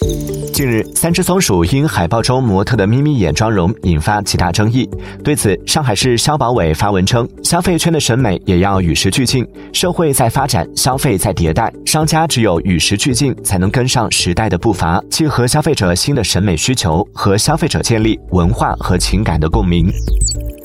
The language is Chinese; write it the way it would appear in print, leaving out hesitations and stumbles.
近日，3只松鼠因海报中模特的咪咪眼妆容引发极大争议。对此，上海市消保委发文称，消费圈的审美也要与时俱进，社会在发展，消费在迭代，商家只有与时俱进，才能跟上时代的步伐，契合消费者新的审美需求，和消费者建立文化和情感的共鸣。